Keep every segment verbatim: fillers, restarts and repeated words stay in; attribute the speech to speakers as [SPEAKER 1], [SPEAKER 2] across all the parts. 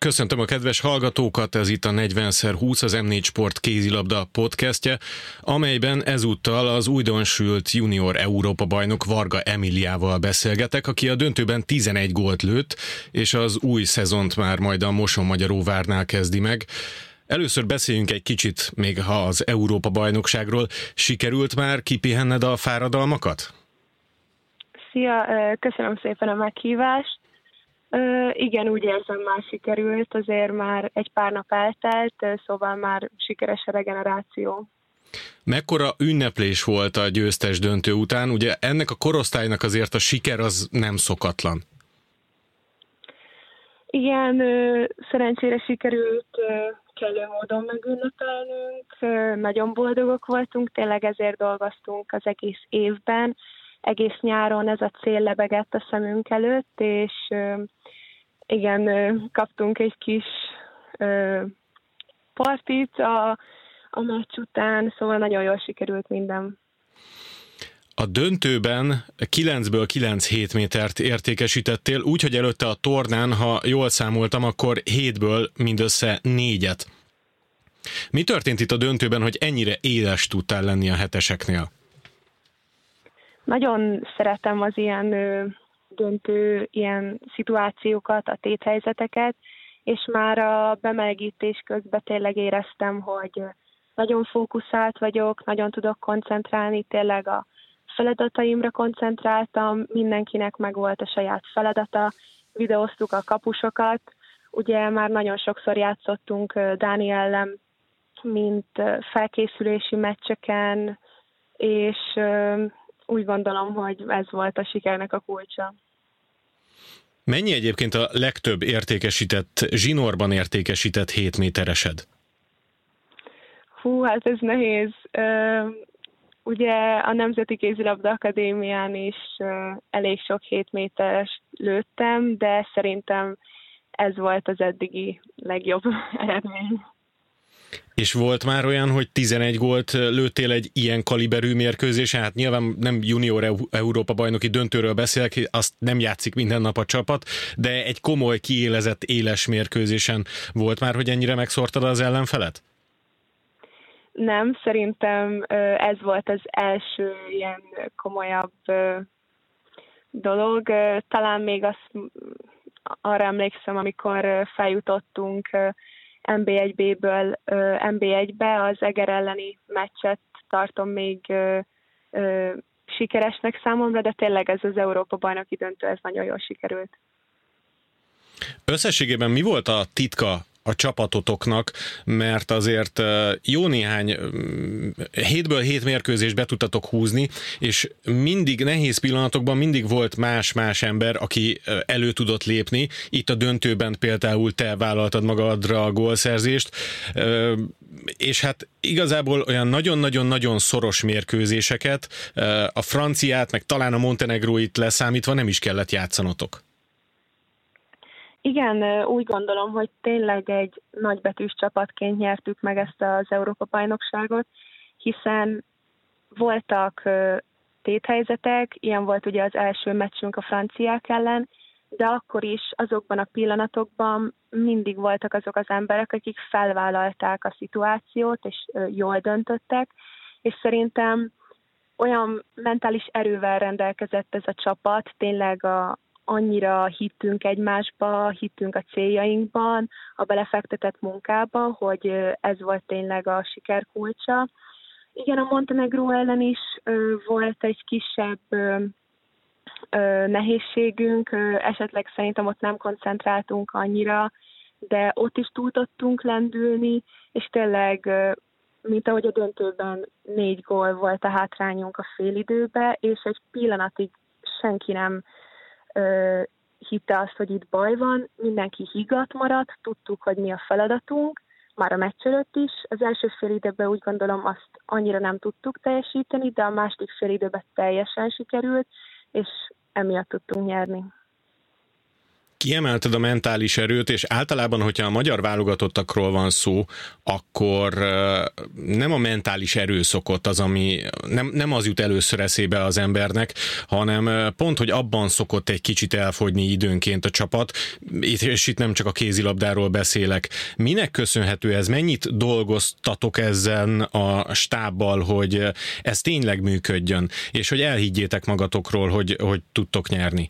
[SPEAKER 1] Köszöntöm a kedves hallgatókat, ez itt a negyven szer húsz, az em négy Sport kézilabda podcastje, amelyben ezúttal az újdonsült junior Európa-bajnok Varga Emiliával beszélgetek, aki a döntőben tizenegy gólt lőtt, és az új szezont már majd a Mosonmagyaróvárnál kezdi meg. Először beszéljünk egy kicsit még ha az Európa-bajnokságról. Sikerült már kipihenned a fáradalmakat?
[SPEAKER 2] Szia, köszönöm szépen a meghívást. Igen, úgy érzem, már sikerült, azért már egy pár nap eltelt, szóval már sikeres a regeneráció.
[SPEAKER 1] Mekkora ünneplés volt a győztes döntő után? Ugye ennek a korosztálynak azért a siker az nem szokatlan.
[SPEAKER 2] Igen, szerencsére sikerült kellő módon megünnepelnünk, nagyon boldogok voltunk, tényleg ezért dolgoztunk az egész évben, egész nyáron ez a cél lebegett a szemünk előtt, és igen, kaptunk egy kis partit a, a meccs után, szóval nagyon jól sikerült minden.
[SPEAKER 1] A döntőben kilencből kilenc hét métert értékesítettél, úgyhogy előtte a tornán, ha jól számoltam, akkor hétből mindössze négyet. Mi történt itt a döntőben, hogy ennyire éles tudtál lenni a heteseknél?
[SPEAKER 2] Nagyon szeretem az ilyen döntő, ilyen szituációkat, a téthelyzeteket, és már a bemelegítés közben tényleg éreztem, hogy nagyon fókuszált vagyok, nagyon tudok koncentrálni, tényleg a feladataimra koncentráltam, mindenkinek megvolt a saját feladata, videóztuk a kapusokat, ugye már nagyon sokszor játszottunk Dáni ellen, mint felkészülési meccseken, és úgy gondolom, hogy ez volt a sikernek a kulcsa.
[SPEAKER 1] Mennyi egyébként a legtöbb értékesített, zsinórban értékesített hét méteresed?
[SPEAKER 2] Hú, hát ez nehéz. Ugye a Nemzeti Kézilabda Akadémián is elég sok hét méteres lőttem, de szerintem ez volt az eddigi legjobb eredmény.
[SPEAKER 1] És volt már olyan, hogy tizenegy gólt lőttél egy ilyen kaliberű mérkőzésen? Hát nyilván nem junior Európa-bajnoki döntőről beszélek, azt nem játszik minden nap a csapat, de egy komoly, kiélezett, éles mérkőzésen volt már, hogy ennyire megszórtad az ellenfelet?
[SPEAKER 2] Nem, szerintem ez volt az első ilyen komolyabb dolog. Talán még azt arra emlékszem, amikor feljutottunk en bé egy bé-ből en bé egybe, az Eger elleni meccset tartom még sikeresnek számomra, de tényleg ez az Európa-bajnoki döntő, ez nagyon jól sikerült.
[SPEAKER 1] Összességében mi volt a titka a csapatotoknak, mert azért jó néhány hétből hét mérkőzést be tudtatok húzni, és mindig nehéz pillanatokban mindig volt más-más ember, aki elő tudott lépni. Itt a döntőben például te vállaltad magadra a gólszerzést, és hát igazából olyan nagyon-nagyon-nagyon szoros mérkőzéseket, a franciát, meg talán a montenegróit leszámítva nem is kellett játszanotok.
[SPEAKER 2] Igen, úgy gondolom, hogy tényleg egy nagybetűs csapatként nyertük meg ezt az Európa-bajnokságot, hiszen voltak téthelyzetek, ilyen volt ugye az első meccsünk a franciák ellen, de akkor is azokban a pillanatokban mindig voltak azok az emberek, akik felvállalták a szituációt, és jól döntöttek, és szerintem olyan mentális erővel rendelkezett ez a csapat, tényleg a annyira hittünk egymásba, hittünk a céljainkban, a belefektetett munkába, hogy ez volt tényleg a siker kulcsa. Igen, a Montenegró ellen is ö, volt egy kisebb ö, ö, nehézségünk, ö, esetleg szerintem ott nem koncentráltunk annyira, de ott is túl tudtunk lendülni, és tényleg, ö, mint ahogy a döntőben négy gól volt a hátrányunk a félidőbe, és egy pillanatig senki nem hitte azt, hogy itt baj van, mindenki higgadt maradt, tudtuk, hogy mi a feladatunk, már a meccs előtt is. Az első fél időben úgy gondolom azt annyira nem tudtuk teljesíteni, de a második fél időben teljesen sikerült, és emiatt tudtunk nyerni.
[SPEAKER 1] Kiemelted a mentális erőt, és általában, hogyha a magyar válogatottakról van szó, akkor nem a mentális erő szokott az, ami nem, nem az jut először eszébe az embernek, hanem pont, hogy abban szokott egy kicsit elfogyni időnként a csapat, és itt nem csak a kézilabdáról beszélek. Minek köszönhető ez? Mennyit dolgoztatok ezen a stábbal, hogy ez tényleg működjön, és hogy elhiggyétek magatokról, hogy, hogy tudtok nyerni?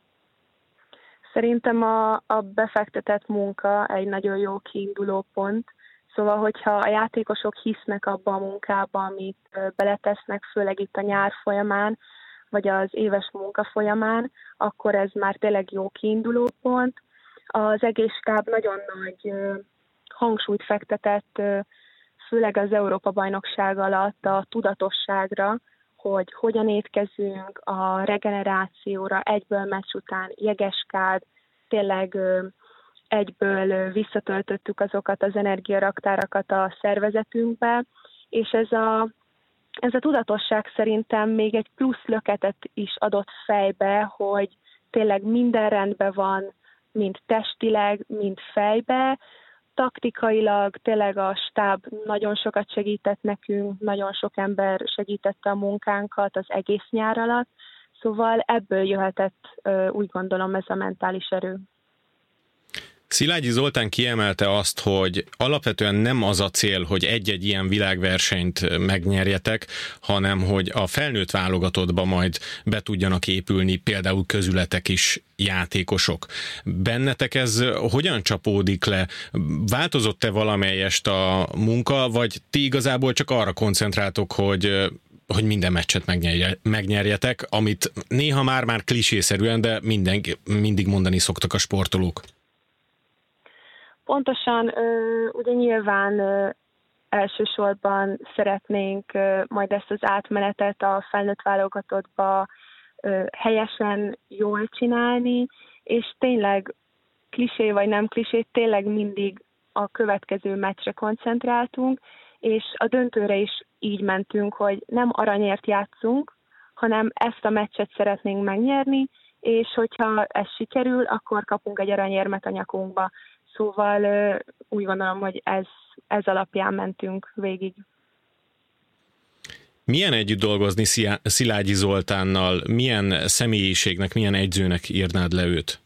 [SPEAKER 2] Szerintem a, a befektetett munka egy nagyon jó kiinduló pont. Szóval, hogyha a játékosok hisznek abba a munkába, amit beletesznek, főleg itt a nyár folyamán, vagy az éves munka folyamán, akkor ez már tényleg jó kiinduló pont. Az egész stáb nagyon nagy hangsúlyt fektetett, főleg az Európa-bajnokság alatt a tudatosságra, hogy hogyan étkezünk, a regenerációra, egyből meccs után jegeskád, tényleg egyből visszatöltöttük azokat az energiaraktárakat a szervezetünkbe, és ez a, ez a tudatosság szerintem még egy plusz löketet is adott fejbe, hogy tényleg minden rendben van, mind testileg, mind fejbe. Taktikailag tényleg a stáb nagyon sokat segített nekünk, nagyon sok ember segítette a munkánkat az egész nyár alatt, szóval ebből jöhetett, úgy gondolom, ez a mentális erő.
[SPEAKER 1] Szilágyi Zoltán kiemelte azt, hogy alapvetően nem az a cél, hogy egy-egy ilyen világversenyt megnyerjetek, hanem hogy a felnőtt válogatottba majd be tudjanak épülni például közületek is, játékosok. Bennetek ez hogyan csapódik le? Változott-e valamelyest a munka, vagy ti igazából csak arra koncentráltok, hogy hogy minden meccset megnyerjetek, amit néha már-már klisészerűen, de minden, mindig mondani szoktak a sportolók?
[SPEAKER 2] Pontosan, ugye nyilván elsősorban szeretnénk majd ezt az átmenetet a felnőtt válogatottba helyesen jól csinálni, és tényleg klisé vagy nem klisé, tényleg mindig a következő meccsre koncentráltunk, és a döntőre is így mentünk, hogy nem aranyért játszunk, hanem ezt a meccset szeretnénk megnyerni, és hogyha ez sikerül, akkor kapunk egy aranyérmet a nyakunkba. Szóval úgy gondolom, hogy ez, ez alapján mentünk végig.
[SPEAKER 1] Milyen együtt dolgozni Szilágyi Zoltánnal? Milyen személyiségnek, milyen edzőnek írnád le őt?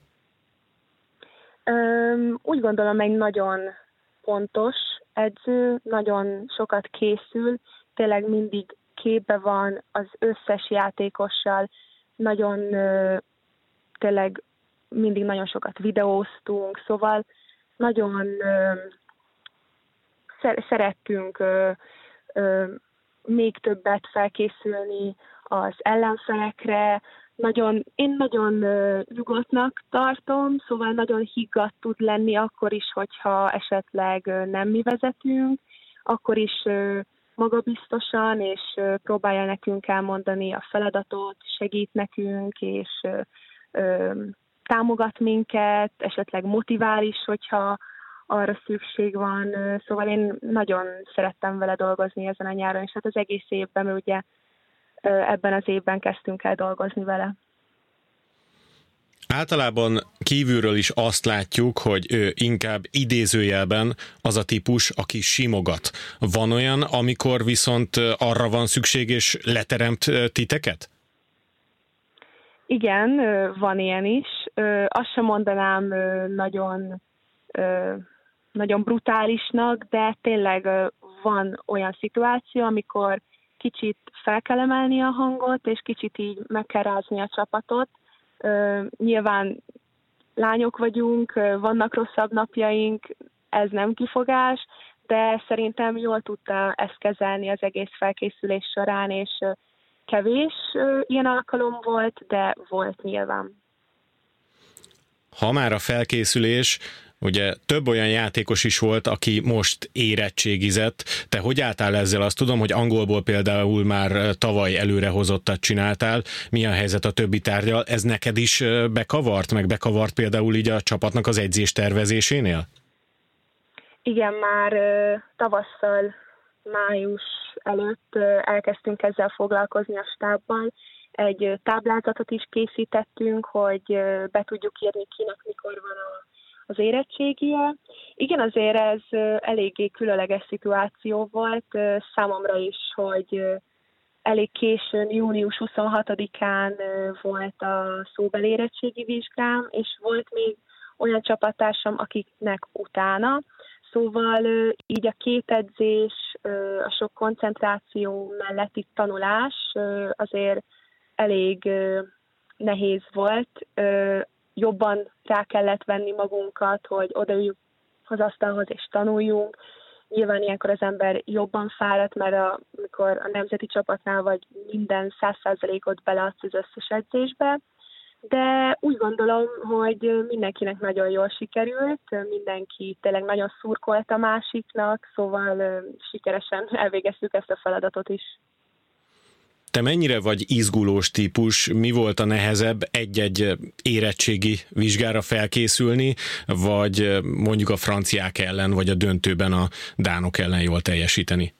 [SPEAKER 2] Üm, úgy gondolom, egy nagyon pontos edző, nagyon sokat készül, tényleg mindig képbe van az összes játékossal, nagyon tényleg mindig nagyon sokat videóztunk, szóval nagyon ö, szerettünk ö, ö, még többet felkészülni az ellenfelekre. Nagyon, én nagyon ö, nyugodtnak tartom, szóval nagyon higgadt tud lenni akkor is, hogyha esetleg ö, nem mi vezetünk, akkor is ö, magabiztosan, és ö, próbálja nekünk elmondani a feladatot, segít nekünk, és ö, ö, támogat minket, esetleg motivál is, hogyha arra szükség van. Szóval én nagyon szerettem vele dolgozni ezen a nyáron, és hát az egész évben, mert ugye ebben az évben kezdtünk el dolgozni vele.
[SPEAKER 1] Általában kívülről is azt látjuk, hogy ő inkább idézőjelben az a típus, aki simogat. Van olyan, amikor viszont arra van szükség, és leteremt titeket?
[SPEAKER 2] Igen, van ilyen is. Azt sem mondanám nagyon, nagyon brutálisnak, de tényleg van olyan szituáció, amikor kicsit fel kell emelni a hangot, és kicsit így meg kell rázni a csapatot. Nyilván lányok vagyunk, vannak rosszabb napjaink, ez nem kifogás, de szerintem jól tudta ezt kezelni az egész felkészülés során, és kevés ilyen alkalom volt, de volt nyilván.
[SPEAKER 1] Ha már a felkészülés, ugye több olyan játékos is volt, aki most érettségizett. Te hogy álltál ezzel? Azt tudom, hogy angolból például már tavaly előrehozottat csináltál. Mi a helyzet a többi tárgyal? Ez neked is bekavart, meg bekavart például így a csapatnak az edzés tervezésénél?
[SPEAKER 2] Igen, már tavasszal, május előtt elkezdtünk ezzel foglalkozni a stábbal, egy táblázatot is készítettünk, hogy be tudjuk írni, kinek mikor van a, az érettségie. Igen, azért ez eléggé különleges szituáció volt számomra is, hogy elég későn, június huszonhatodikán volt a szóbeli érettségi vizsgám, és volt még olyan csapattársam, akiknek utána. Szóval így a két edzés, a sok koncentráció melletti tanulás azért elég nehéz volt. Jobban rá kellett venni magunkat, hogy odaüljünk az asztalhoz és tanuljunk. Nyilván ilyenkor az ember jobban fáradt, mert a, amikor a nemzeti csapatnál vagy minden száz százalékot beleadsz az összes edzésbe, de úgy gondolom, hogy mindenkinek nagyon jól sikerült, mindenki tényleg nagyon szurkolt a másiknak, szóval sikeresen elvégeztük ezt a feladatot is.
[SPEAKER 1] Te mennyire vagy izgulós típus? Mi volt a nehezebb egy-egy érettségi vizsgára felkészülni, vagy mondjuk a franciák ellen, vagy a döntőben a dánok ellen jól teljesíteni?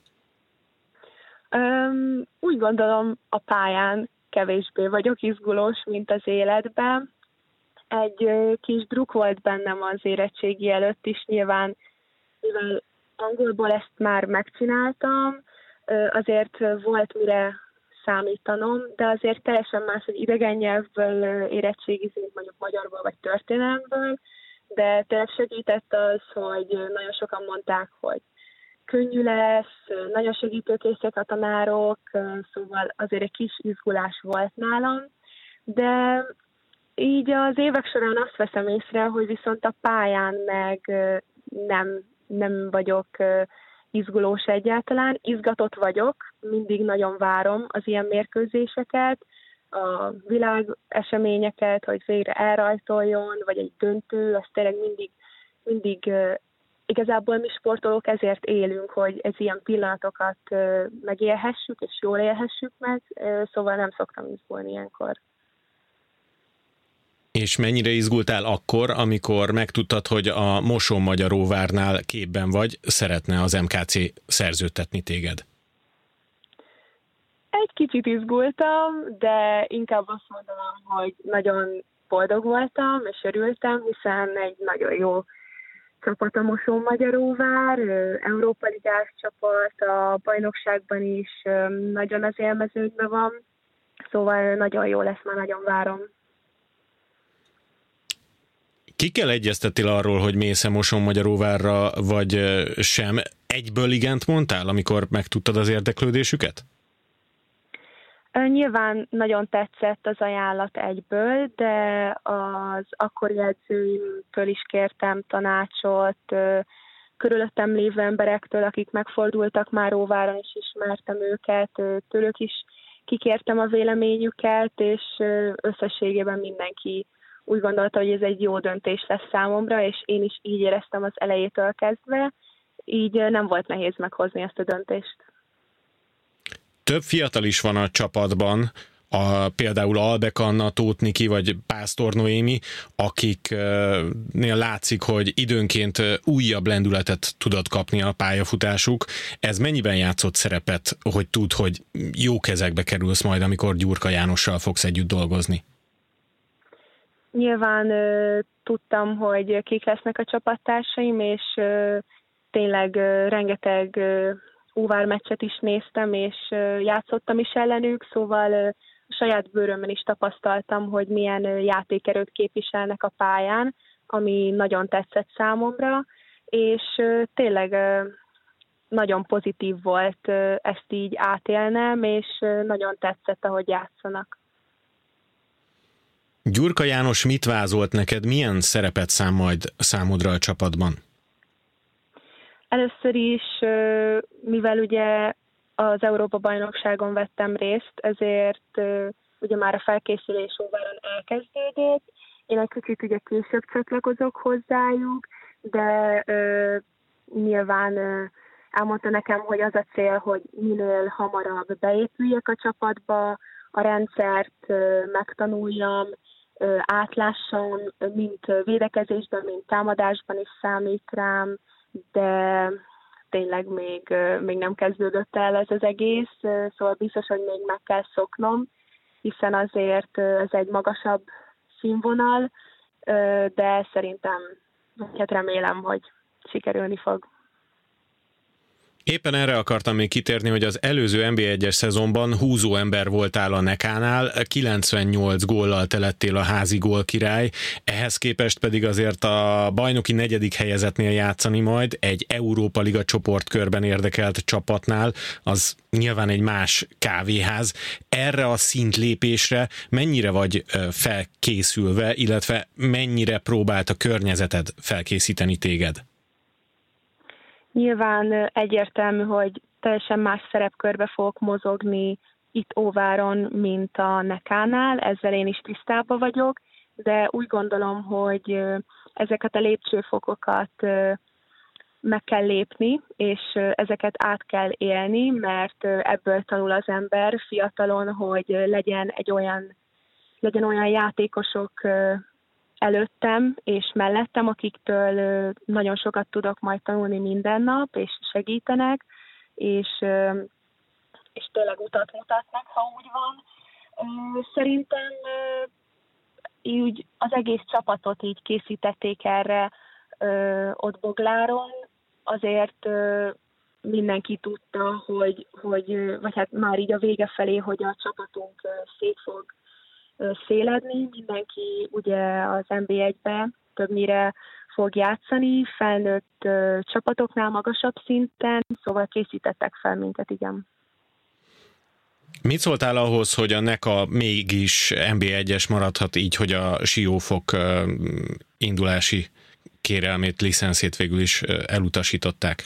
[SPEAKER 2] Um, úgy gondolom, a pályán kevésbé vagyok izgulós, mint az életben. Egy kis druk volt bennem az érettségi előtt is, nyilván, mivel angolból ezt már megcsináltam, azért volt mire számítanom, de azért teljesen más, hogy idegen nyelvből érettségizünk, mondjuk magyarból vagy történelemből, de tényleg segített az, hogy nagyon sokan mondták, hogy könnyű lesz, nagyon segítőkészek a tanárok, szóval azért egy kis izgulás volt nálam, de így az évek során azt veszem észre, hogy viszont a pályán meg nem, nem vagyok izgulós egyáltalán, izgatott vagyok, mindig nagyon várom az ilyen mérkőzéseket, a világ eseményeket, hogy végre elrajtoljon, vagy egy döntő, az tényleg mindig, mindig igazából mi sportolók ezért élünk, hogy ez ilyen pillanatokat megélhessük, és jól élhessük meg, szóval nem szoktam izgulni ilyenkor.
[SPEAKER 1] És mennyire izgultál akkor, amikor megtudtad, hogy a Mosonmagyaróvárnál képben vagy, szeretne az em ká cé szerződtetni téged?
[SPEAKER 2] Egy kicsit izgultam, de inkább azt mondanám, hogy nagyon boldog voltam, és örültem, hiszen egy nagyon jó csapat a Mosonmagyaróvár, Európa Ligás csapat, a bajnokságban is nagyon az élmezőkben van, szóval nagyon jó lesz, már nagyon várom.
[SPEAKER 1] Kikkel egyeztettél arról, hogy mész-e Mosonmagyaróvárra, vagy sem? Egyből igent mondtál, amikor megtudtad az érdeklődésüket?
[SPEAKER 2] Nyilván nagyon tetszett az ajánlat egyből, de az akkori edzőimtől is kértem tanácsot, körülöttem lévő emberektől, akik megfordultak már Óváron, és ismertem őket, tőlük is kikértem a véleményüket, és összességében mindenki úgy gondolta, hogy ez egy jó döntés lesz számomra, és én is így éreztem az elejétől kezdve, így nem volt nehéz meghozni ezt a döntést.
[SPEAKER 1] Több fiatal is van a csapatban, a, például Albek Anna, Tóth Niki vagy Pásztor Noémi, akiknél látszik, hogy időnként újabb lendületet tudott kapni a pályafutásuk. Ez mennyiben játszott szerepet, hogy tudd, hogy jó kezekbe kerülsz majd, amikor Gyurka Jánossal fogsz együtt dolgozni?
[SPEAKER 2] Nyilván ö, tudtam, hogy kik lesznek a csapattársaim, és ö, tényleg ö, rengeteg ö, Óvár meccset is néztem, és ö, játszottam is ellenük, szóval ö, a saját bőrömön is tapasztaltam, hogy milyen ö, játékerőt képviselnek a pályán, ami nagyon tetszett számomra, és ö, tényleg ö, nagyon pozitív volt ö, ezt így átélnem, és ö, nagyon tetszett, ahogy játszanak.
[SPEAKER 1] Gyurka János mit vázolt neked, milyen szerepet szán majd számodra a csapatban?
[SPEAKER 2] Először is, mivel ugye az Európa-bajnokságon vettem részt, ezért ugye már a felkészülés Óváron elkezdődött. Én egy kicsit ugye később csatlakozok hozzájuk, de nyilván elmondta nekem, hogy az a cél, hogy minél hamarabb beépüljek a csapatba, a rendszert megtanuljam, átlássam, mint védekezésben, mint támadásban is számít rám, de tényleg még, még nem kezdődött el ez az egész, szóval biztos, hogy még meg kell szoknom, hiszen azért ez egy magasabb színvonal, de szerintem, hát remélem, hogy sikerülni fog.
[SPEAKER 1] Éppen erre akartam még kitérni, hogy az előző en bé egyes szezonban húzó ember voltál a Nekánál, kilencvennyolc góllal te lettél a házi gólkirály, ehhez képest pedig azért a bajnoki negyedik helyezetnél játszani majd egy Európa Liga csoportkörben érdekelt csapatnál, az nyilván egy más kávéház. Erre a szintlépésre mennyire vagy felkészülve, illetve mennyire próbált a környezeted felkészíteni téged?
[SPEAKER 2] Nyilván egyértelmű, hogy teljesen más szerepkörbe fogok mozogni itt Óváron, mint a Nekánál, ezzel én is tisztában vagyok, de úgy gondolom, hogy ezeket a lépcsőfokokat meg kell lépni, és ezeket át kell élni, mert ebből tanul az ember fiatalon, hogy legyen egy olyan, legyen olyan játékosok előttem és mellettem, akiktől nagyon sokat tudok majd tanulni minden nap, és segítenek, és, és tényleg utat mutatnak, ha úgy van. Szerintem így az egész csapatot így készítették erre ott Bogláron, azért mindenki tudta, hogy, hogy, vagy hát már így a vége felé, hogy a csapatunk szét fog széledni, mindenki ugye az en bé egybe többnyire fog játszani, felnőtt csapatoknál magasabb szinten, szóval készítettek fel minket, igen.
[SPEAKER 1] Mit szóltál ahhoz, hogy a Neka mégis en bé egyes maradhat így, hogy a Siófok indulási kérelmét, licenszét végül is elutasították?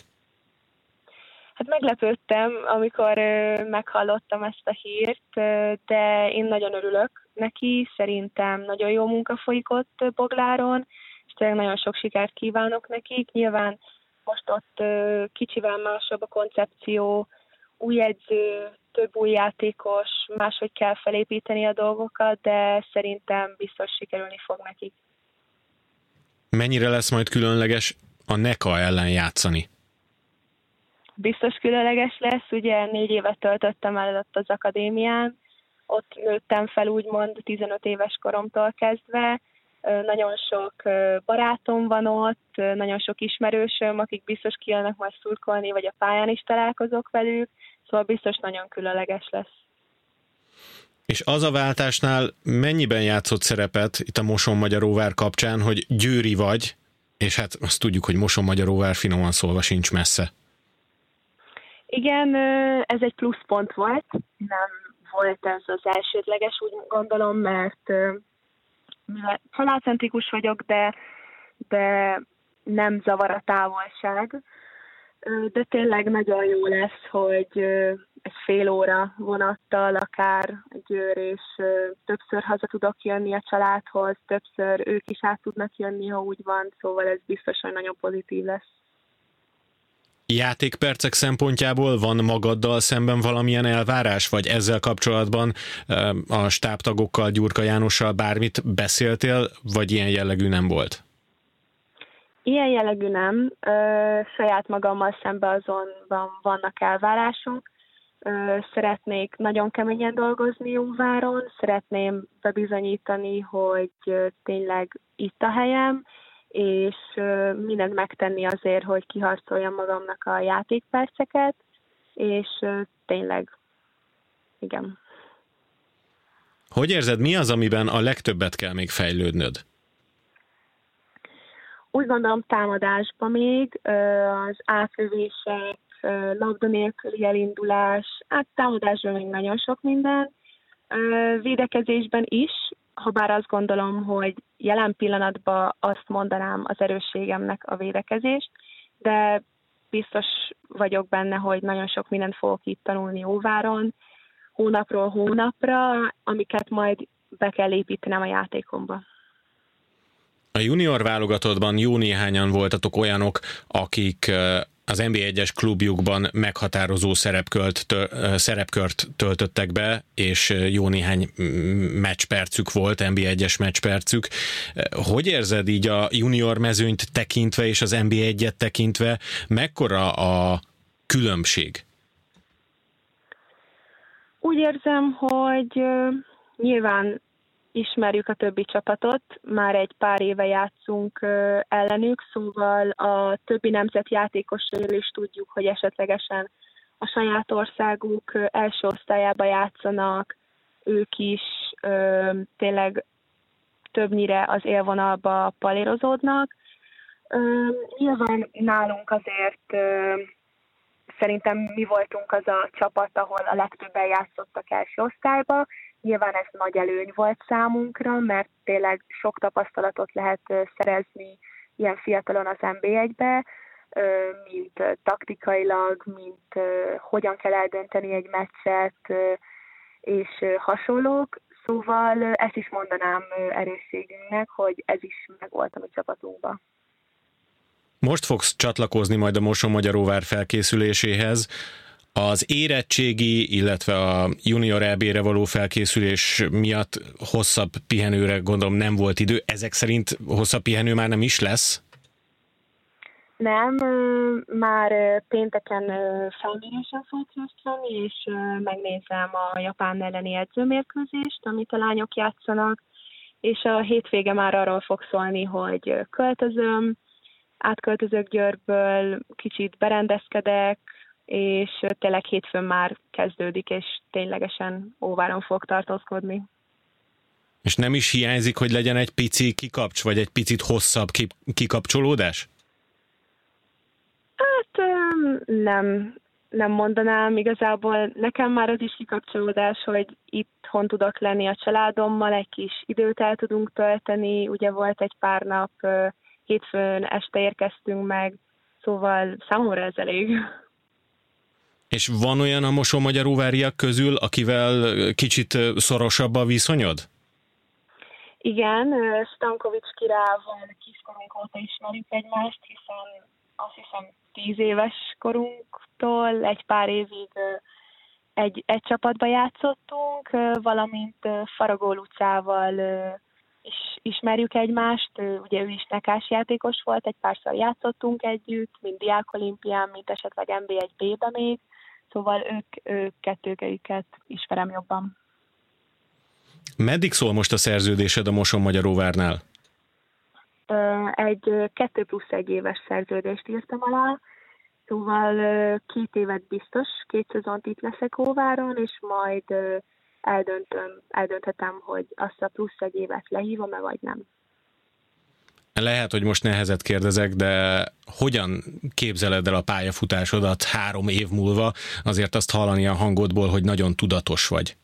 [SPEAKER 2] Hát meglepődtem, amikor meghallottam ezt a hírt, de én nagyon örülök neki, szerintem nagyon jó munka folyik ott Bogláron, és tényleg nagyon sok sikert kívánok nekik. Nyilván most ott kicsivel másabb a koncepció, új edző, több új játékos, máshogy kell felépíteni a dolgokat, de szerintem biztos sikerülni fog nekik.
[SPEAKER 1] Mennyire lesz majd különleges a Neka ellen játszani?
[SPEAKER 2] Biztos különleges lesz, ugye négy évet töltöttem el ott az akadémián, ott nőttem fel úgymond tizenöt éves koromtól kezdve, nagyon sok barátom van ott, nagyon sok ismerősöm, akik biztos kijönnek majd szurkolni, vagy a pályán is találkozok velük, szóval biztos nagyon különleges lesz.
[SPEAKER 1] És az a váltásnál mennyiben játszott szerepet itt a Mosonmagyaróvár kapcsán, hogy győri vagy, és hát azt tudjuk, hogy Mosonmagyaróvár finoman szólva sincs messze.
[SPEAKER 2] Igen, ez egy pluszpont volt, nem volt ez az elsődleges, úgy gondolom, mert mivel családcentrikus vagyok, de, de nem zavar a távolság, de tényleg nagyon jó lesz, hogy egy fél óra vonattal akár Győr, és többször haza tudok jönni a családhoz, többször ők is át tudnak jönni, ha úgy van, szóval ez biztos, hogy nagyon pozitív lesz.
[SPEAKER 1] Játékpercek szempontjából van magaddal szemben valamilyen elvárás, vagy ezzel kapcsolatban a stábtagokkal, Gyurka Jánossal bármit beszéltél, vagy ilyen jellegű nem volt?
[SPEAKER 2] Ilyen jellegű nem. Ö, saját magammal szemben azonban vannak elvárások. Ö, szeretnék nagyon keményen dolgozni Óváron, szeretném bebizonyítani, hogy tényleg itt a helyem, és mindent megtenni azért, hogy kiharcoljam magamnak a játékperceket, és tényleg, igen.
[SPEAKER 1] Hogy érzed, mi az, amiben a legtöbbet kell még fejlődnöd?
[SPEAKER 2] Úgy gondolom támadásban még, az átlövések, labda nélküli elindulás, hát támadásban még nagyon sok minden, védekezésben is, ha bár azt gondolom, hogy jelen pillanatban azt mondanám az erősségemnek a védekezést, de biztos vagyok benne, hogy nagyon sok mindent fogok itt tanulni Óváron, hónapról hónapra, amiket majd be kell építenem a játékomba.
[SPEAKER 1] A junior válogatottban jó néhányan voltatok olyanok, akik az en bé egyes klubjukban meghatározó szerepkört, tö, szerepkört töltöttek be, és jó néhány meccspercük volt, en bé egyes meccspercük. Hogy érzed így a junior mezőnyt tekintve és az en bé egyet tekintve, mekkora a különbség?
[SPEAKER 2] Úgy érzem, hogy nyilván ismerjük a többi csapatot, már egy pár éve játszunk ellenük, szóval a többi nemzet játékosairól is tudjuk, hogy esetlegesen a saját országuk első osztályába játszanak, ők is ö, tényleg többnyire az élvonalba palérozódnak. Ö, nyilván nálunk azért ö, szerintem mi voltunk az a csapat, ahol a legtöbben játszottak első osztályba. Nyilván ez nagy előny volt számunkra, mert tényleg sok tapasztalatot lehet szerezni ilyen fiatalon az en bé egybe, mint taktikailag, mint hogyan kell eldönteni egy meccset, és hasonlók. Szóval ezt is mondanám erősségünknek, hogy ez is megvolt a mi csapatunkban.
[SPEAKER 1] Most fogsz csatlakozni majd a Mosonmagyaróvár felkészüléséhez. Az érettségi, illetve a junior é bé-re való felkészülés miatt hosszabb pihenőre gondolom nem volt idő. Ezek szerint hosszabb pihenő már nem is lesz?
[SPEAKER 2] Nem, már pénteken felmérésen fogok részt venni, és megnézem a Japán elleni edzőmérkőzést, amit a lányok játszanak, és a hétvége már arról fog szólni, hogy költözöm, átköltözök Győrből, kicsit berendezkedek, és tényleg hétfőn már kezdődik, és ténylegesen Óváron fog tartózkodni.
[SPEAKER 1] És nem is hiányzik, hogy legyen egy pici kikapcs, vagy egy picit hosszabb kikapcsolódás?
[SPEAKER 2] Hát nem, nem mondanám igazából. Nekem már az is kikapcsolódás, hogy itthon tudok lenni a családommal, egy kis időt el tudunk tölteni. Ugye volt egy pár nap, hétfőn este érkeztünk meg, szóval számomra ez elég.
[SPEAKER 1] És van olyan a mosonmagyaróváriak közül, akivel kicsit szorosabb a viszonyod?
[SPEAKER 2] Igen, Stankovics Kirával kiskorunk óta ismerjük egymást, hiszen azt hiszem tíz éves korunktól egy pár évig egy, egy csapatba játszottunk, valamint Faragó Lucával is ismerjük egymást, ugye ő is nekás játékos volt, egy párszor játszottunk együtt, mint diákolimpián, mint esetleg en bé egy bé-be még, szóval ők, ők kettőket ismerem jobban.
[SPEAKER 1] Meddig szól most a szerződésed a Mosonmagyaróvárnál?
[SPEAKER 2] Egy kettő plusz egy éves szerződést írtam alá, szóval két évet biztos, két szezont itt leszek Óváron, és majd eldöntöm, eldönthetem, hogy azt a plusz egy évet lehívom-e, vagy nem.
[SPEAKER 1] Lehet, hogy most nehezet kérdezek, de hogyan képzeled el a pályafutásodat három év múlva? Azért azt hallani a hangodból, hogy nagyon tudatos vagy.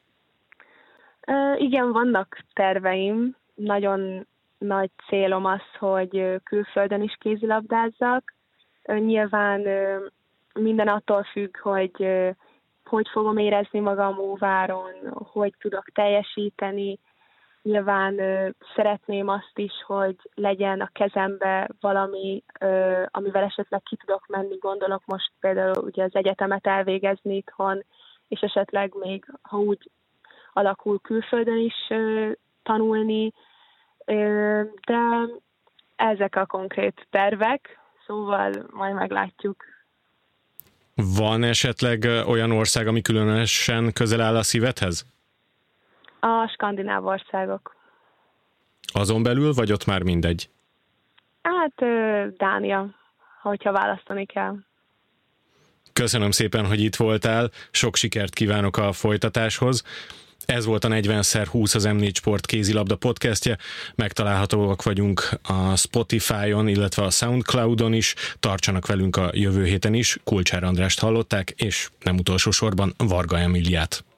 [SPEAKER 2] Igen, vannak terveim. Nagyon nagy célom az, hogy külföldön is kézilabdázzak. Nyilván minden attól függ, hogy hogy fogom érezni magam Óváron, hogy tudok teljesíteni. Nyilván szeretném azt is, hogy legyen a kezembe valami, amivel esetleg ki tudok menni. Gondolok most például ugye az egyetemet elvégezni itthon, és esetleg még, ha úgy alakul, külföldön is tanulni, de ezek a konkrét tervek, szóval majd meglátjuk.
[SPEAKER 1] Van esetleg olyan ország, ami különösen közel áll a szívedhez?
[SPEAKER 2] A skandináv országok.
[SPEAKER 1] Azon belül, vagy ott már mindegy?
[SPEAKER 2] Hát Dánia, hogyha választani kell.
[SPEAKER 1] Köszönöm szépen, hogy itt voltál, sok sikert kívánok a folytatáshoz. Ez volt a negyven szer húsz, az em négy Sport kézilabda podcastje. Megtalálhatóak vagyunk a Spotify-on, illetve a Soundcloud-on is. Tartsanak velünk a jövő héten is. Kulcsár Andrást hallották, és nem utolsó sorban Varga Emiliát.